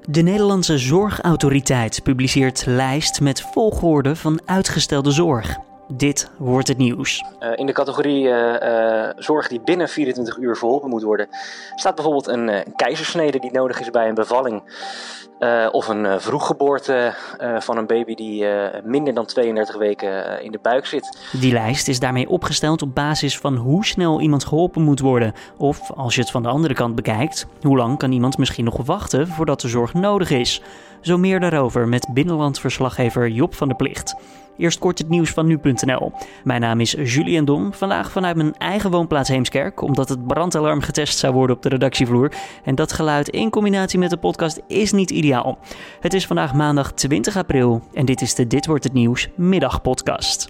De Nederlandse Zorgautoriteit publiceert lijst met volgorde van uitgestelde zorg. Dit wordt het nieuws. In de categorie zorg die binnen 24 uur verholpen moet worden, staat bijvoorbeeld een keizersnede die nodig is bij een bevalling. Of een vroeggeboorte van een baby die minder dan 32 weken in de buik zit. Die lijst is daarmee opgesteld op basis van hoe snel iemand geholpen moet worden. Of, als je het van de andere kant bekijkt, hoe lang kan iemand misschien nog wachten voordat de zorg nodig is. Zo meer daarover met binnenlandverslaggever Job van der Plicht. Eerst kort het nieuws van nu.nl. Mijn naam is Julien Dom, vandaag vanuit mijn eigen woonplaats Heemskerk, omdat het brandalarm getest zou worden op de redactievloer. En dat geluid in combinatie met de podcast is niet ideaal. Het is vandaag maandag 20 april en dit is de Dit Wordt Het Nieuws middagpodcast.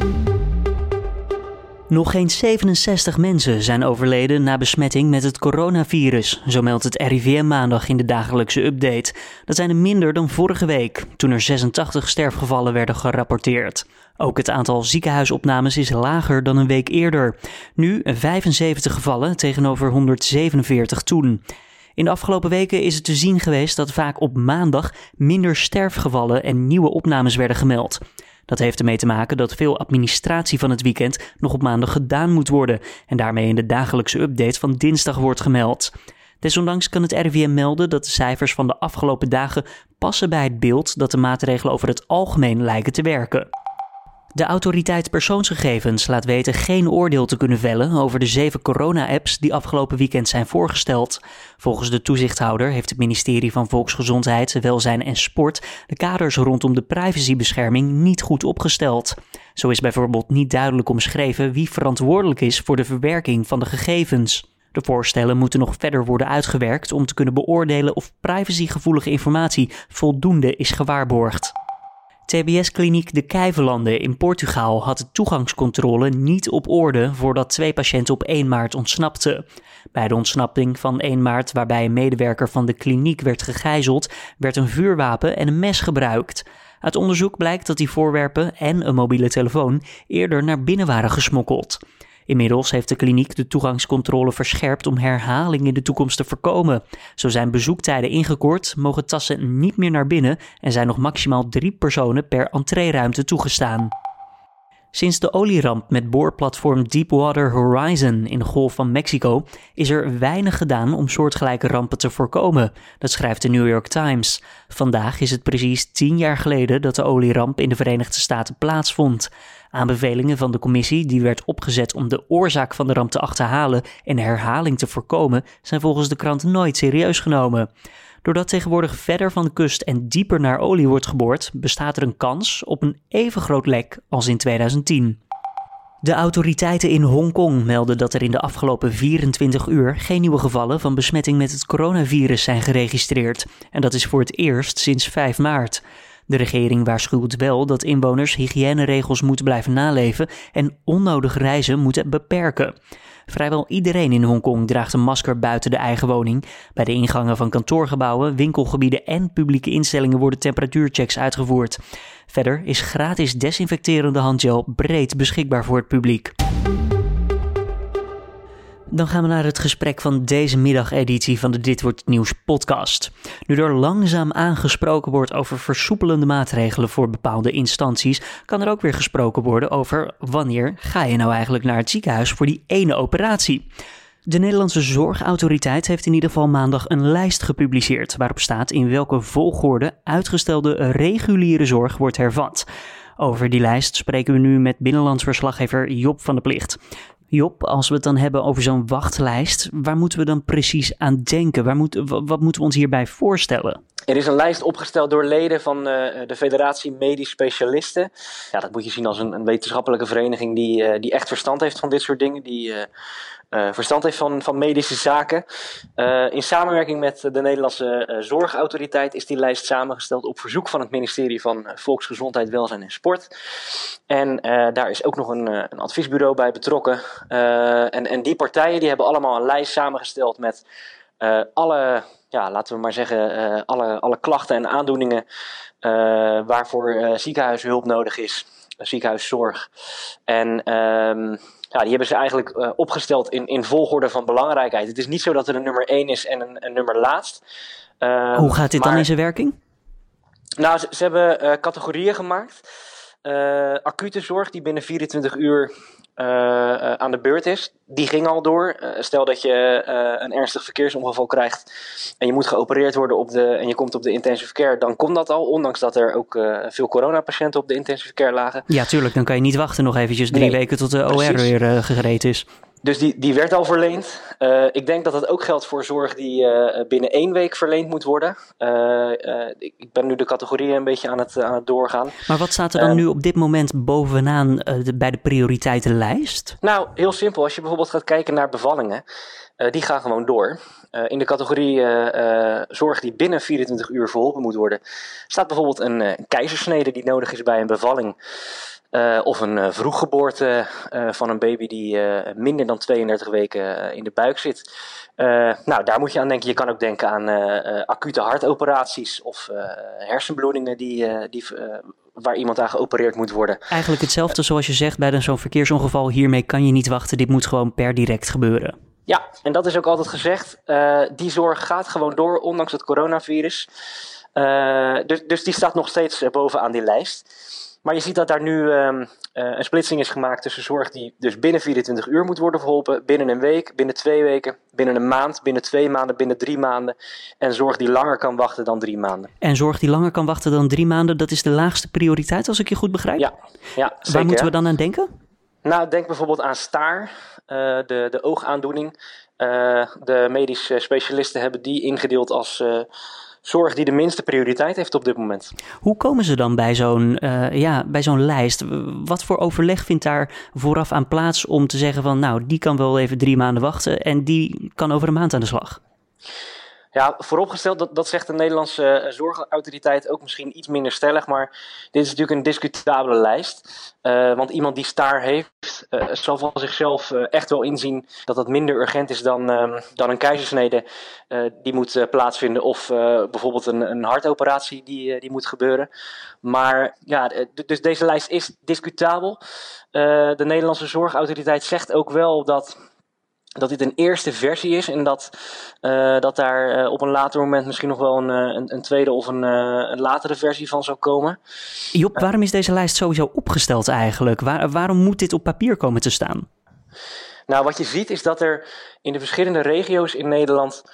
Nog geen 67 mensen zijn overleden na besmetting met het coronavirus, zo meldt het RIVM maandag in de dagelijkse update. Dat zijn er minder dan vorige week, toen er 86 sterfgevallen werden gerapporteerd. Ook het aantal ziekenhuisopnames is lager dan een week eerder. Nu 75 gevallen tegenover 147 toen. In de afgelopen weken is het te zien geweest dat vaak op maandag minder sterfgevallen en nieuwe opnames werden gemeld. Dat heeft ermee te maken dat veel administratie van het weekend nog op maandag gedaan moet worden en daarmee in de dagelijkse update van dinsdag wordt gemeld. Desondanks kan het RIVM melden dat de cijfers van de afgelopen dagen passen bij het beeld dat de maatregelen over het algemeen lijken te werken. De autoriteit persoonsgegevens laat weten geen oordeel te kunnen vellen over de 7 corona-apps die afgelopen weekend zijn voorgesteld. Volgens de toezichthouder heeft het ministerie van Volksgezondheid, Welzijn en Sport de kaders rondom de privacybescherming niet goed opgesteld. Zo is bijvoorbeeld niet duidelijk omschreven wie verantwoordelijk is voor de verwerking van de gegevens. De voorstellen moeten nog verder worden uitgewerkt om te kunnen beoordelen of privacygevoelige informatie voldoende is gewaarborgd. TBS-kliniek De Kijvelanden in Portugal had de toegangscontrole niet op orde voordat 2 patiënten op 1 maart ontsnapten. Bij de ontsnapping van 1 maart, waarbij een medewerker van de kliniek werd gegijzeld, werd een vuurwapen en een mes gebruikt. Uit onderzoek blijkt dat die voorwerpen en een mobiele telefoon eerder naar binnen waren gesmokkeld. Inmiddels heeft de kliniek de toegangscontrole verscherpt om herhaling in de toekomst te voorkomen. Zo zijn bezoektijden ingekort, mogen tassen niet meer naar binnen en zijn nog maximaal 3 personen per entreeruimte toegestaan. Sinds de olieramp met boorplatform Deepwater Horizon in de Golf van Mexico is er weinig gedaan om soortgelijke rampen te voorkomen. Dat schrijft de New York Times. Vandaag is het precies 10 jaar geleden dat de olieramp in de Verenigde Staten plaatsvond. Aanbevelingen van de commissie, die werd opgezet om de oorzaak van de ramp te achterhalen en herhaling te voorkomen, zijn volgens de krant nooit serieus genomen. Doordat tegenwoordig verder van de kust en dieper naar olie wordt geboord, bestaat er een kans op een even groot lek als in 2010. De autoriteiten in Hongkong melden dat er in de afgelopen 24 uur geen nieuwe gevallen van besmetting met het coronavirus zijn geregistreerd. En dat is voor het eerst sinds 5 maart. De regering waarschuwt wel dat inwoners hygiëneregels moeten blijven naleven en onnodig reizen moeten beperken. Vrijwel iedereen in Hongkong draagt een masker buiten de eigen woning. Bij de ingangen van kantoorgebouwen, winkelgebieden en publieke instellingen worden temperatuurchecks uitgevoerd. Verder is gratis desinfecterende handgel breed beschikbaar voor het publiek. Dan gaan we naar het gesprek van deze middageditie van de Dit Wordt Het Nieuws podcast. Nu er langzaam aangesproken wordt over versoepelende maatregelen voor bepaalde instanties, kan er ook weer gesproken worden over wanneer ga je nou eigenlijk naar het ziekenhuis voor die ene operatie. De Nederlandse Zorgautoriteit heeft in ieder geval maandag een lijst gepubliceerd waarop staat in welke volgorde uitgestelde reguliere zorg wordt hervat. Over die lijst spreken we nu met binnenlandsverslaggever Job van der Plicht. Job, als we het dan hebben over zo'n wachtlijst, waar moeten we dan precies aan denken? Wat moeten we ons hierbij voorstellen? Er is een lijst opgesteld door leden van de Federatie Medisch Specialisten. Ja, dat moet je zien als een wetenschappelijke vereniging die echt verstand heeft van dit soort dingen. Die verstand heeft van medische zaken. In samenwerking met de Nederlandse Zorgautoriteit is die lijst samengesteld op verzoek van het ministerie van Volksgezondheid, Welzijn en Sport. En daar is ook nog een adviesbureau bij betrokken. En die partijen die hebben allemaal een lijst samengesteld met alle, ja, laten we maar zeggen, alle klachten en aandoeningen waarvoor ziekenhuishulp nodig is, ziekenhuiszorg. En ja, die hebben ze eigenlijk opgesteld in volgorde van belangrijkheid. Het is niet zo dat er een nummer 1 is en een nummer laatst. Hoe gaat dit dan in zijn werking? Nou, ze hebben categorieën gemaakt. Acute zorg die binnen 24 uur aan de beurt is, die ging al door. Stel dat je een ernstig verkeersongeval krijgt en je moet geopereerd worden en je komt op de intensive care, dan kon dat al, ondanks dat er ook veel coronapatiënten op de intensive care lagen. Ja, tuurlijk, dan kan je niet wachten nog eventjes 3 weken tot de OR weer gereed is. Dus die werd al verleend. Ik denk dat het ook geldt voor zorg die binnen 1 week verleend moet worden. Ik ben nu de categorieën een beetje aan het doorgaan. Maar wat staat er dan nu op dit moment bovenaan bij de prioriteitenlijst? Nou, heel simpel. Als je bijvoorbeeld gaat kijken naar bevallingen, die gaan gewoon door. In de categorie zorg die binnen 24 uur verholpen moet worden, staat bijvoorbeeld een keizersnede die nodig is bij een bevalling. Of een vroeggeboorte van een baby die minder dan 32 weken in de buik zit. Nou, daar moet je aan denken. Je kan ook denken aan acute hartoperaties of hersenbloedingen waar iemand aan geopereerd moet worden. Eigenlijk hetzelfde zoals je zegt bij zo'n verkeersongeval. Hiermee kan je niet wachten. Dit moet gewoon per direct gebeuren. Ja, en dat is ook altijd gezegd. Die zorg gaat gewoon door, ondanks het coronavirus. Dus die staat nog steeds bovenaan die lijst. Maar je ziet dat daar nu een splitsing is gemaakt tussen zorg die dus binnen 24 uur moet worden verholpen, binnen een week, binnen 2 weken, binnen een maand, binnen 2 maanden, binnen 3 maanden. En zorg die langer kan wachten dan 3 maanden. En zorg die langer kan wachten dan 3 maanden, dat is de laagste prioriteit als ik je goed begrijp? Ja, zeker. Waar moeten we dan aan denken? Nou, denk bijvoorbeeld aan staar, de oogaandoening. De medische specialisten hebben die ingedeeld als zorg die de minste prioriteit heeft op dit moment. Hoe komen ze dan bij zo'n lijst? Wat voor overleg vindt daar vooraf aan plaats om te zeggen van nou, die kan wel even 3 maanden wachten en die kan over een maand aan de slag? Ja, vooropgesteld, dat zegt de Nederlandse zorgautoriteit ook misschien iets minder stellig, maar dit is natuurlijk een discutabele lijst. Want iemand die staar heeft, zal van zichzelf echt wel inzien dat dat minder urgent is dan een keizersnede die moet plaatsvinden of bijvoorbeeld een hartoperatie die moet gebeuren. Maar ja, dus deze lijst is discutabel. De Nederlandse zorgautoriteit zegt ook wel dat dit een eerste versie is en dat daar op een later moment misschien nog wel een tweede of een latere versie van zou komen. Job, waarom is deze lijst sowieso opgesteld eigenlijk? Waarom moet dit op papier komen te staan? Nou, wat je ziet is dat er in de verschillende regio's in Nederland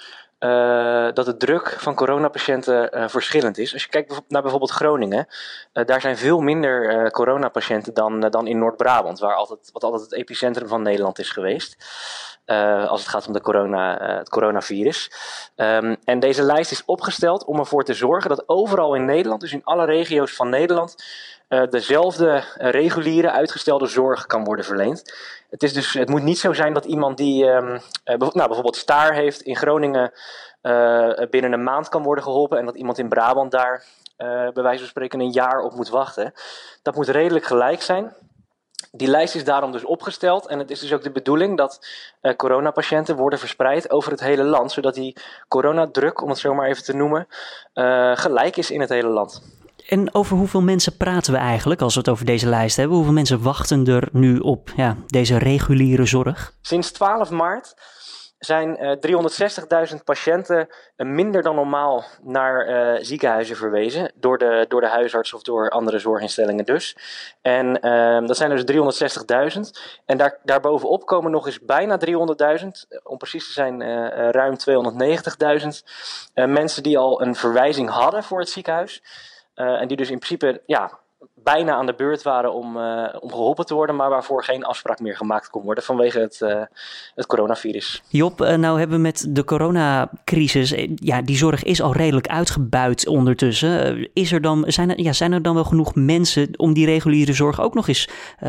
dat de druk van coronapatiënten verschillend is. Als je kijkt naar bijvoorbeeld Groningen, daar zijn veel minder coronapatiënten dan in Noord-Brabant, wat altijd het epicentrum van Nederland is geweest. Als het gaat om het coronavirus. En deze lijst is opgesteld om ervoor te zorgen dat overal in Nederland, dus in alle regio's van Nederland, dezelfde reguliere uitgestelde zorg kan worden verleend. Het moet niet zo zijn dat iemand die bijvoorbeeld staar heeft in Groningen binnen een maand kan worden geholpen en dat iemand in Brabant daar bij wijze van spreken een jaar op moet wachten. Dat moet redelijk gelijk zijn. Die lijst is daarom dus opgesteld en het is dus ook de bedoeling dat coronapatiënten worden verspreid over het hele land, zodat die coronadruk, om het zo maar even te noemen, gelijk is in het hele land. En over hoeveel mensen praten we eigenlijk als we het over deze lijst hebben? Hoeveel mensen wachten er nu op deze reguliere zorg? Sinds 12 maart zijn 360.000 patiënten minder dan normaal naar ziekenhuizen verwezen. Door de huisarts of door andere zorginstellingen dus. En dat zijn dus 360.000. En daarbovenop komen nog eens bijna 300.000. Om precies te zijn ruim 290.000 mensen die al een verwijzing hadden voor het ziekenhuis. En die dus in principe bijna aan de beurt waren om geholpen te worden, maar waarvoor geen afspraak meer gemaakt kon worden vanwege het coronavirus. Job, nou hebben we met de coronacrisis, die zorg is al redelijk uitgebuit ondertussen. Zijn er dan wel genoeg mensen om die reguliere zorg ook nog eens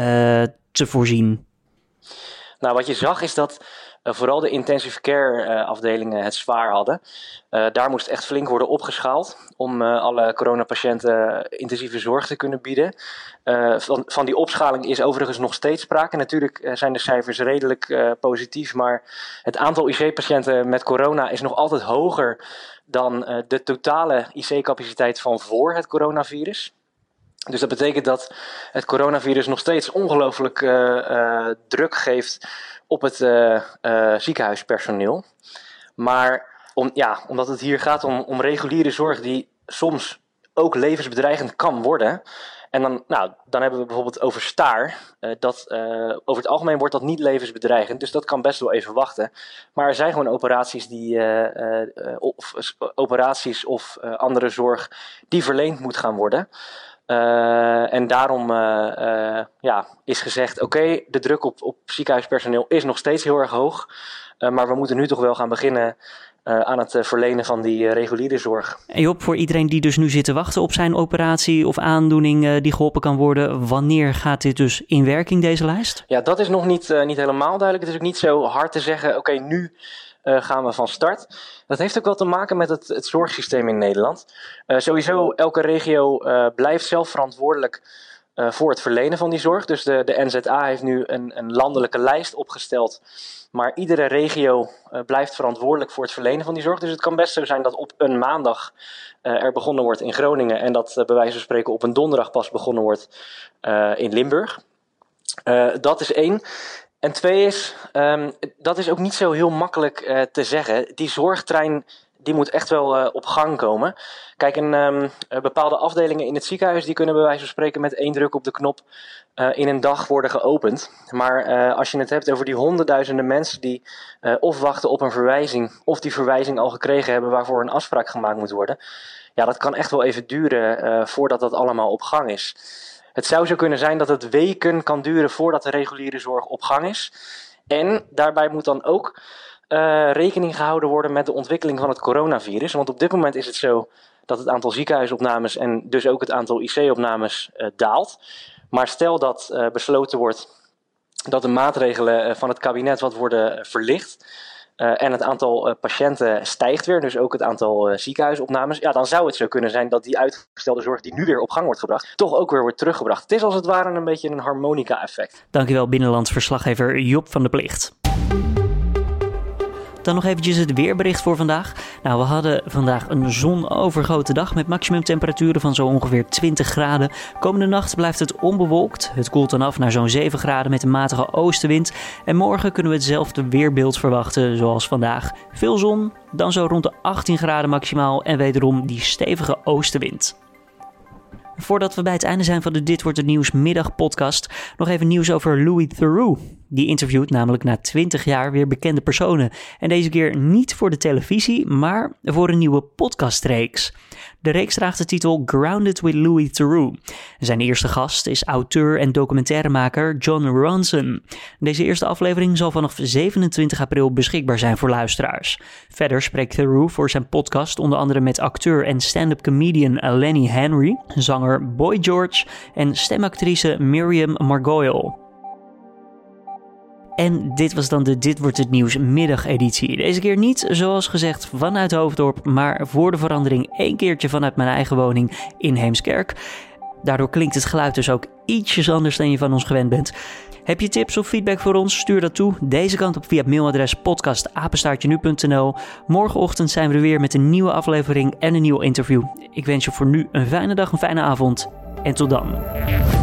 te voorzien? Nou, wat je zag is dat vooral de intensive care afdelingen het zwaar hadden. Daar moest echt flink worden opgeschaald om alle coronapatiënten intensieve zorg te kunnen bieden. Van die opschaling is overigens nog steeds sprake. Natuurlijk zijn de cijfers redelijk positief, maar het aantal IC-patiënten met corona is nog altijd hoger dan de totale IC-capaciteit van voor het coronavirus. Dus dat betekent dat het coronavirus nog steeds ongelooflijk druk geeft op het ziekenhuispersoneel. Maar omdat het hier gaat om reguliere zorg die soms ook levensbedreigend kan worden. En dan hebben we bijvoorbeeld over staar. Over het algemeen wordt dat niet levensbedreigend, dus dat kan best wel even wachten. Maar er zijn gewoon operaties of andere zorg die verleend moet gaan worden. En daarom is gezegd, oké, de druk op ziekenhuispersoneel is nog steeds heel erg hoog. Maar we moeten nu toch wel gaan beginnen aan het verlenen van die reguliere zorg. En Job, voor iedereen die dus nu zit te wachten op zijn operatie of aandoening die geholpen kan worden, wanneer gaat dit dus in werking, deze lijst? Ja, dat is nog niet helemaal duidelijk. Het is ook niet zo hard te zeggen, oké, nu gaan we van start. Dat heeft ook wel te maken met het zorgsysteem in Nederland. Sowieso, elke regio blijft zelf verantwoordelijk voor het verlenen van die zorg. Dus de NZA heeft nu een landelijke lijst opgesteld. Maar iedere regio blijft verantwoordelijk voor het verlenen van die zorg. Dus het kan best zo zijn dat op een maandag er begonnen wordt in Groningen. En dat bij wijze van spreken op een donderdag pas begonnen wordt in Limburg. Dat is 1. En 2 is, dat is ook niet zo heel makkelijk te zeggen. Die zorgtrein die moet echt wel op gang komen. Kijk, bepaalde afdelingen in het ziekenhuis die kunnen bij wijze van spreken met 1 druk op de knop in een dag worden geopend. Maar als je het hebt over die honderdduizenden mensen die of wachten op een verwijzing of die verwijzing al gekregen hebben waarvoor een afspraak gemaakt moet worden. Ja, dat kan echt wel even duren voordat dat allemaal op gang is. Het zou zo kunnen zijn dat het weken kan duren voordat de reguliere zorg op gang is. En daarbij moet dan ook rekening gehouden worden met de ontwikkeling van het coronavirus. Want op dit moment is het zo dat het aantal ziekenhuisopnames en dus ook het aantal IC-opnames daalt. Maar stel dat besloten wordt dat de maatregelen van het kabinet wat worden verlicht en het aantal patiënten stijgt weer, dus ook het aantal ziekenhuisopnames, ja, dan zou het zo kunnen zijn dat die uitgestelde zorg die nu weer op gang wordt gebracht, toch ook weer wordt teruggebracht. Het is als het ware een beetje een harmonica-effect. Dankjewel, binnenlandsverslaggever Job van der Plicht. Dan nog eventjes het weerbericht voor vandaag. Nou, we hadden vandaag een zonovergoten dag met maximumtemperaturen van zo ongeveer 20 graden. Komende nacht blijft het onbewolkt. Het koelt dan af naar zo'n 7 graden met een matige oostenwind. En morgen kunnen we hetzelfde weerbeeld verwachten zoals vandaag. Veel zon, dan zo rond de 18 graden maximaal en wederom die stevige oostenwind. Voordat we bij het einde zijn van de Dit Wordt Het Nieuws middagpodcast, nog even nieuws over Louis Theroux. Die interviewt namelijk na 20 jaar weer bekende personen. En deze keer niet voor de televisie, maar voor een nieuwe podcastreeks. De reeks draagt de titel Grounded with Louis Theroux. Zijn eerste gast is auteur en documentairemaker Jon Ronson. Deze eerste aflevering zal vanaf 27 april beschikbaar zijn voor luisteraars. Verder spreekt Theroux voor zijn podcast onder andere met acteur en stand-up comedian Lenny Henry, zanger Boy George en stemactrice Miriam Margolyes. En dit was dan de Dit Wordt Het Nieuws middageditie. Deze keer niet, zoals gezegd, vanuit Hoofddorp, maar voor de verandering 1 keertje vanuit mijn eigen woning in Heemskerk. Daardoor klinkt het geluid dus ook ietsjes anders dan je van ons gewend bent. Heb je tips of feedback voor ons? Stuur dat toe. Deze kant op via het mailadres podcast@nu.nl. Morgenochtend zijn we er weer met een nieuwe aflevering en een nieuw interview. Ik wens je voor nu een fijne dag, een fijne avond en tot dan.